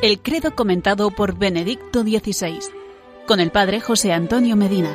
El credo comentado por Benedicto XVI, con el padre José Antonio Medina.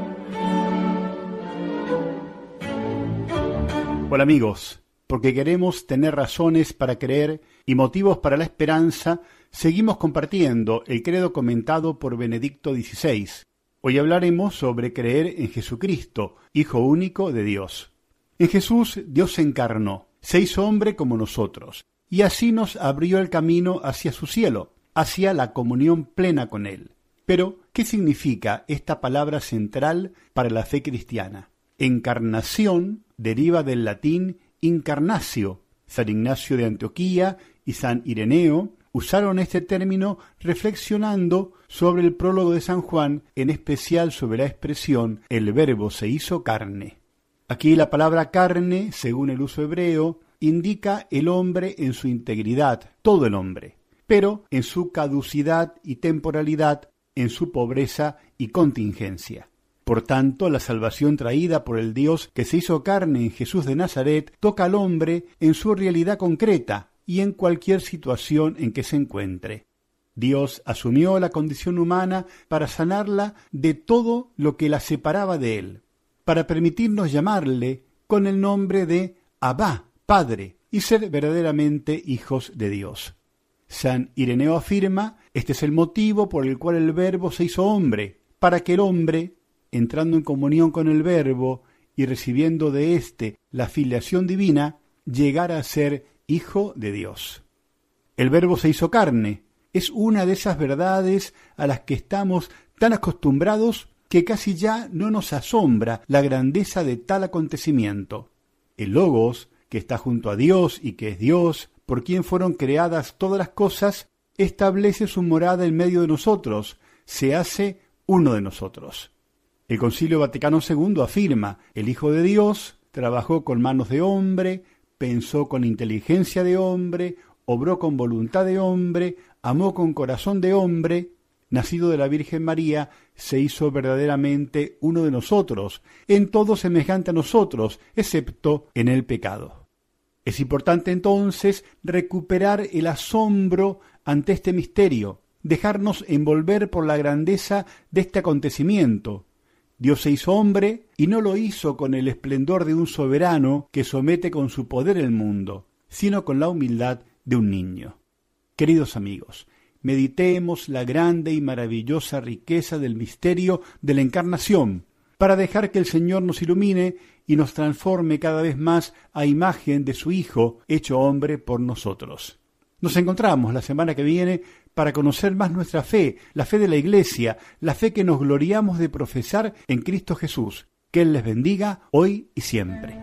Hola amigos, porque queremos tener razones para creer y motivos para la esperanza, seguimos compartiendo el credo comentado por Benedicto XVI. Hoy hablaremos sobre creer en Jesucristo, Hijo único de Dios. En Jesús Dios se encarnó, se hizo hombre como nosotros, y así nos abrió el camino hacia su cielo, hacia la comunión plena con Él. Pero, ¿qué significa esta palabra central para la fe cristiana? Encarnación deriva del latín incarnatio. San Ignacio de Antioquía y San Ireneo usaron este término reflexionando sobre el prólogo de San Juan, en especial sobre la expresión «el Verbo se hizo carne». Aquí la palabra carne, según el uso hebreo, indica el hombre en su integridad, todo el hombre, pero en su caducidad y temporalidad, en su pobreza y contingencia. Por tanto, la salvación traída por el Dios que se hizo carne en Jesús de Nazaret toca al hombre en su realidad concreta y en cualquier situación en que se encuentre. Dios asumió la condición humana para sanarla de todo lo que la separaba de Él, para permitirnos llamarle con el nombre de Abba, Padre, y ser verdaderamente hijos de Dios. San Ireneo afirma, este es el motivo por el cual el Verbo se hizo hombre, para que el hombre, entrando en comunión con el Verbo y recibiendo de éste la filiación divina, llegara a ser hijo de Dios. El Verbo se hizo carne es una de esas verdades a las que estamos tan acostumbrados que casi ya no nos asombra la grandeza de tal acontecimiento. El Logos, que está junto a Dios y que es Dios, por quien fueron creadas todas las cosas, establece su morada en medio de nosotros, se hace uno de nosotros. El Concilio Vaticano II afirma, el Hijo de Dios trabajó con manos de hombre, pensó con inteligencia de hombre, obró con voluntad de hombre, amó con corazón de hombre, nacido de la Virgen María, se hizo verdaderamente uno de nosotros, en todo semejante a nosotros, excepto en el pecado. Es importante entonces recuperar el asombro ante este misterio, dejarnos envolver por la grandeza de este acontecimiento. Dios se hizo hombre y no lo hizo con el esplendor de un soberano que somete con su poder el mundo, sino con la humildad de un niño. Queridos amigos, meditemos la grande y maravillosa riqueza del misterio de la encarnación, para dejar que el Señor nos ilumine y nos transforme cada vez más a imagen de su Hijo, hecho hombre por nosotros. Nos encontramos la semana que viene para conocer más nuestra fe, la fe de la Iglesia, la fe que nos gloriamos de profesar en Cristo Jesús. Que Él les bendiga hoy y siempre.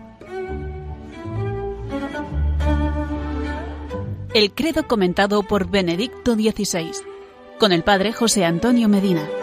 El credo comentado por Benedicto XVI, con el padre José Antonio Medina.